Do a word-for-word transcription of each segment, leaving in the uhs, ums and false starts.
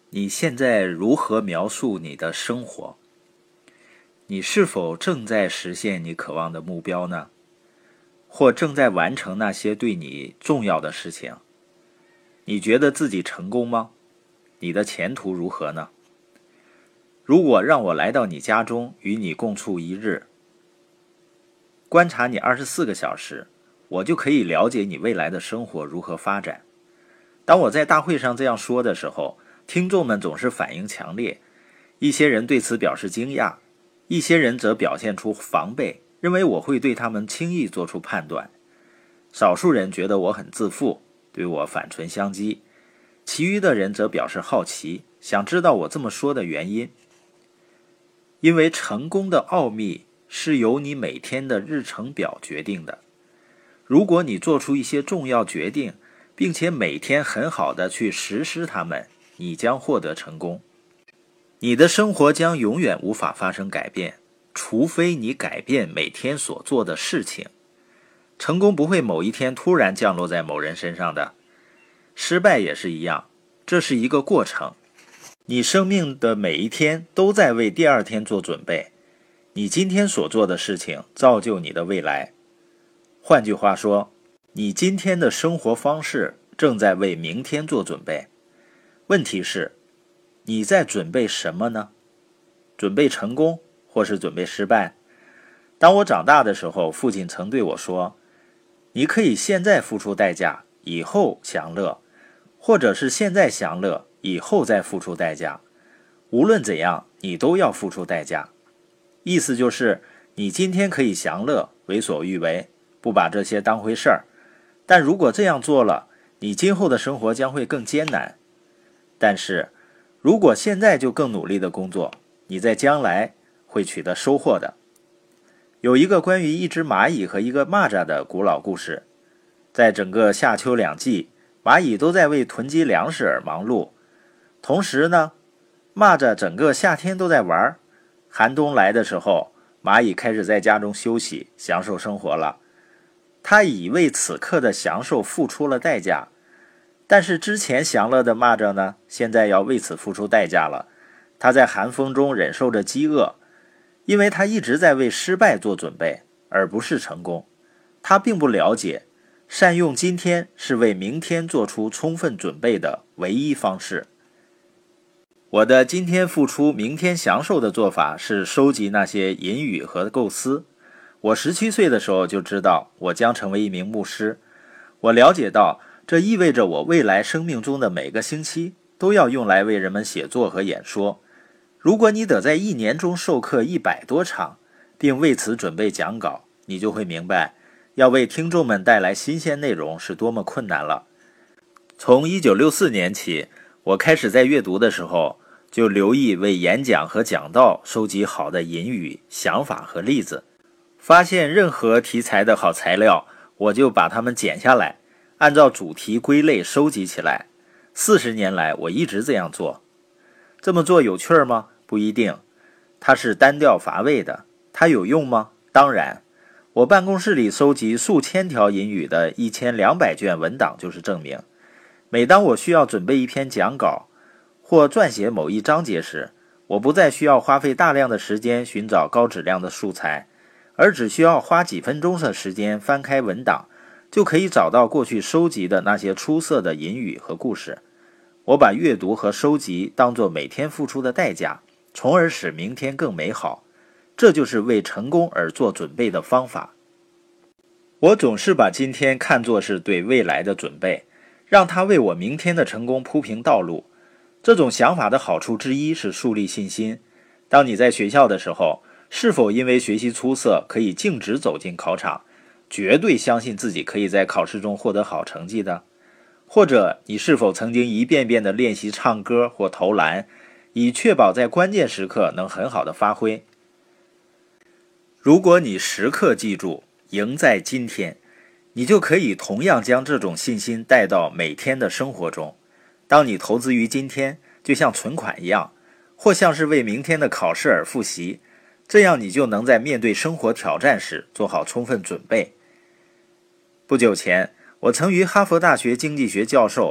你现在如何描述你的生活？你是否正在实现你渴望的目标呢？或正在完成那些对你重要的事情？你觉得自己成功吗？你的前途如何呢？如果让我来到你家中与你共处一日，观察你二十四个小时，我就可以了解你未来的生活如何发展。当我在大会上这样说的时候，听众们总是反应强烈，一些人对此表示惊讶，一些人则表现出防备，认为我会对他们轻易做出判断。少数人觉得我很自负，对我反唇相讥，其余的人则表示好奇，想知道我这么说的原因。因为成功的奥秘是由你每天的日程表决定的。如果你做出一些重要决定，并且每天很好的去实施它们，你将获得成功。你的生活将永远无法发生改变，除非你改变每天所做的事情。成功不会某一天突然降落在某人身上的，失败也是一样，这是一个过程。你生命的每一天都在为第二天做准备，你今天所做的事情造就你的未来。换句话说，你今天的生活方式正在为明天做准备。问题是，你在准备什么呢？准备成功，或是准备失败？当我长大的时候，父亲曾对我说，你可以现在付出代价，以后享乐，或者是现在享乐，以后再付出代价。无论怎样，你都要付出代价。意思就是，你今天可以享乐，为所欲为，不把这些当回事儿。但如果这样做了，你今后的生活将会更艰难。但是，如果现在就更努力的工作，你在将来会取得收获的。有一个关于一只蚂蚁和一个蚂蚱的古老故事。在整个夏秋两季，蚂蚁都在为囤积粮食而忙碌。同时呢，蚂蚱整个夏天都在玩。寒冬来的时候，蚂蚁开始在家中休息，享受生活了。它已为此刻的享受付出了代价。但是之前享乐的蚂蚱呢，现在要为此付出代价了。他在寒风中忍受着饥饿，因为他一直在为失败做准备，而不是成功。他并不了解，善用今天是为明天做出充分准备的唯一方式。我的今天付出，明天享受的做法是收集那些隐语和构思。我十七岁的时候就知道我将成为一名牧师。我了解到，这意味着我未来生命中的每个星期都要用来为人们写作和演说。如果你得在一年中授课一百多场，并为此准备讲稿，你就会明白，要为听众们带来新鲜内容是多么困难了。从一九六四年起，我开始在阅读的时候，就留意为演讲和讲道收集好的引语、想法和例子。发现任何题材的好材料，我就把它们剪下来，按照主题归类收集起来。四十年来，我一直这样做。这么做有趣吗？不一定。它是单调乏味的。它有用吗？当然。我办公室里收集数千条引语的一千两百卷文档就是证明。每当我需要准备一篇讲稿，或撰写某一章节时，我不再需要花费大量的时间寻找高质量的素材，而只需要花几分钟的时间翻开文档，就可以找到过去收集的那些出色的引语和故事。我把阅读和收集当作每天付出的代价，从而使明天更美好。这就是为成功而做准备的方法。我总是把今天看作是对未来的准备，让它为我明天的成功铺平道路。这种想法的好处之一是树立信心。当你在学校的时候，是否因为学习出色可以径直走进考场，绝对相信自己可以在考试中获得好成绩的？或者你是否曾经一遍遍地练习唱歌或投篮，以确保在关键时刻能很好的发挥？如果你时刻记住赢在今天，你就可以同样将这种信心带到每天的生活中。当你投资于今天，就像存款一样，或像是为明天的考试而复习，这样你就能在面对生活挑战时做好充分准备。不久前，我曾与哈佛大学经济学教授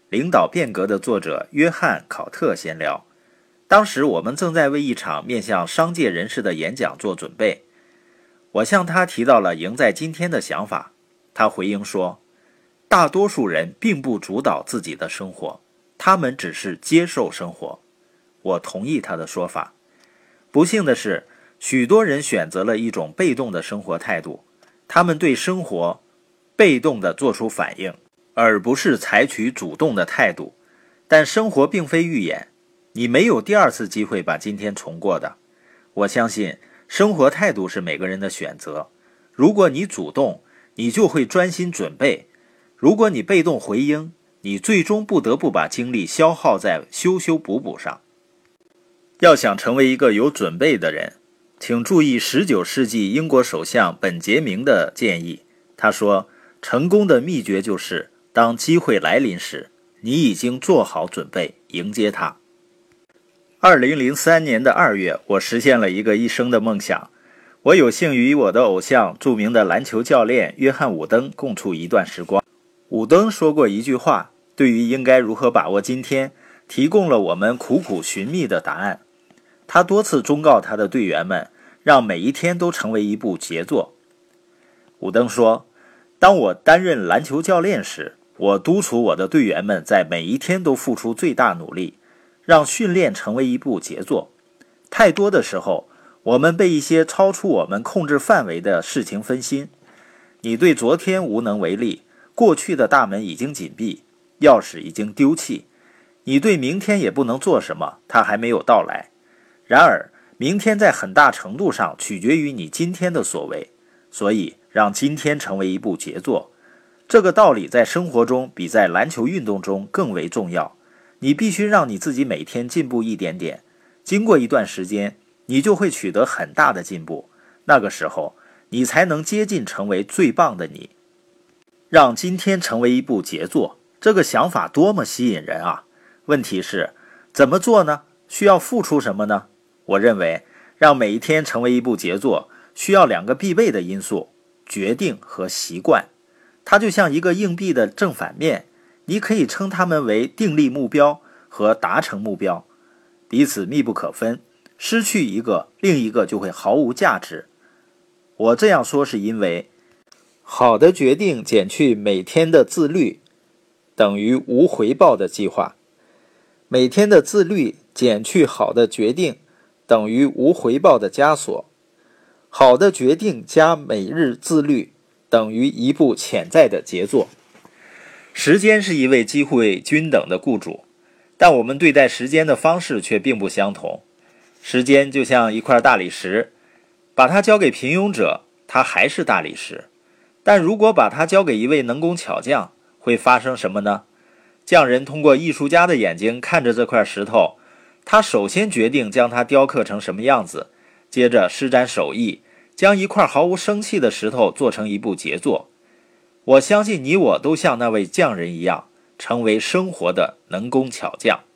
领导变革》的作者约翰·考特闲聊。当时我们正在为一场面向商界人士的演讲做准备，我向他提到了赢在今天的想法。他回应说，大多数人并不主导自己的生活，他们只是接受生活。我同意他的说法。不幸的是，许多人选择了一种被动的生活态度，他们对生活被动地做出反应，而不是采取主动的态度。但生活并非预演，你没有第二次机会把今天重过的。我相信生活态度是每个人的选择。如果你主动，你就会专心准备；如果你被动回应，你最终不得不把精力消耗在修修补补上。要想成为一个有准备的人，请注意十九世纪英国首相本杰明的建议。他说，成功的秘诀就是当机会来临时，你已经做好准备迎接它。二零零三年的二月，我实现了一个一生的梦想。我有幸与我的偶像著名的篮球教练约翰·伍登共处一段时光。伍登说过一句话，对于应该如何把握今天，提供了我们苦苦寻觅的答案。他多次忠告他的队员们，让每一天都成为一部杰作。伍登说，当我担任篮球教练时，我督促我的队员们在每一天都付出最大努力，让训练成为一部杰作。太多的时候，我们被一些超出我们控制范围的事情分心。你对昨天无能为力，过去的大门已经紧闭，钥匙已经丢弃。你对明天也不能做什么，它还没有到来。然而，明天在很大程度上取决于你今天的所为，所以让今天成为一部杰作。这个道理在生活中比在篮球运动中更为重要。你必须让你自己每天进步一点点，经过一段时间，你就会取得很大的进步。那个时候，你才能接近成为最棒的你。让今天成为一部杰作，这个想法多么吸引人啊！问题是，怎么做呢？需要付出什么呢？我认为，让每一天成为一部杰作，需要两个必备的因素：决定和习惯。它就像一个硬币的正反面，你可以称它们为订立目标和达成目标，彼此密不可分。失去一个，另一个就会毫无价值。我这样说是因为，好的决定减去每天的自律，等于无回报的计划。每天的自律减去好的决定，等于无回报的枷锁。好的决定加每日自律，等于一部潜在的杰作。时间是一位机会均等的雇主，但我们对待时间的方式却并不相同。时间就像一块大理石，把它交给平庸者，它还是大理石。但如果把它交给一位能工巧匠，会发生什么呢？匠人通过艺术家的眼睛看着这块石头，他首先决定将它雕刻成什么样子，接着施展手艺，将一块毫无生气的石头做成一部杰作。我相信你我都像那位匠人一样，成为生活的能工巧匠。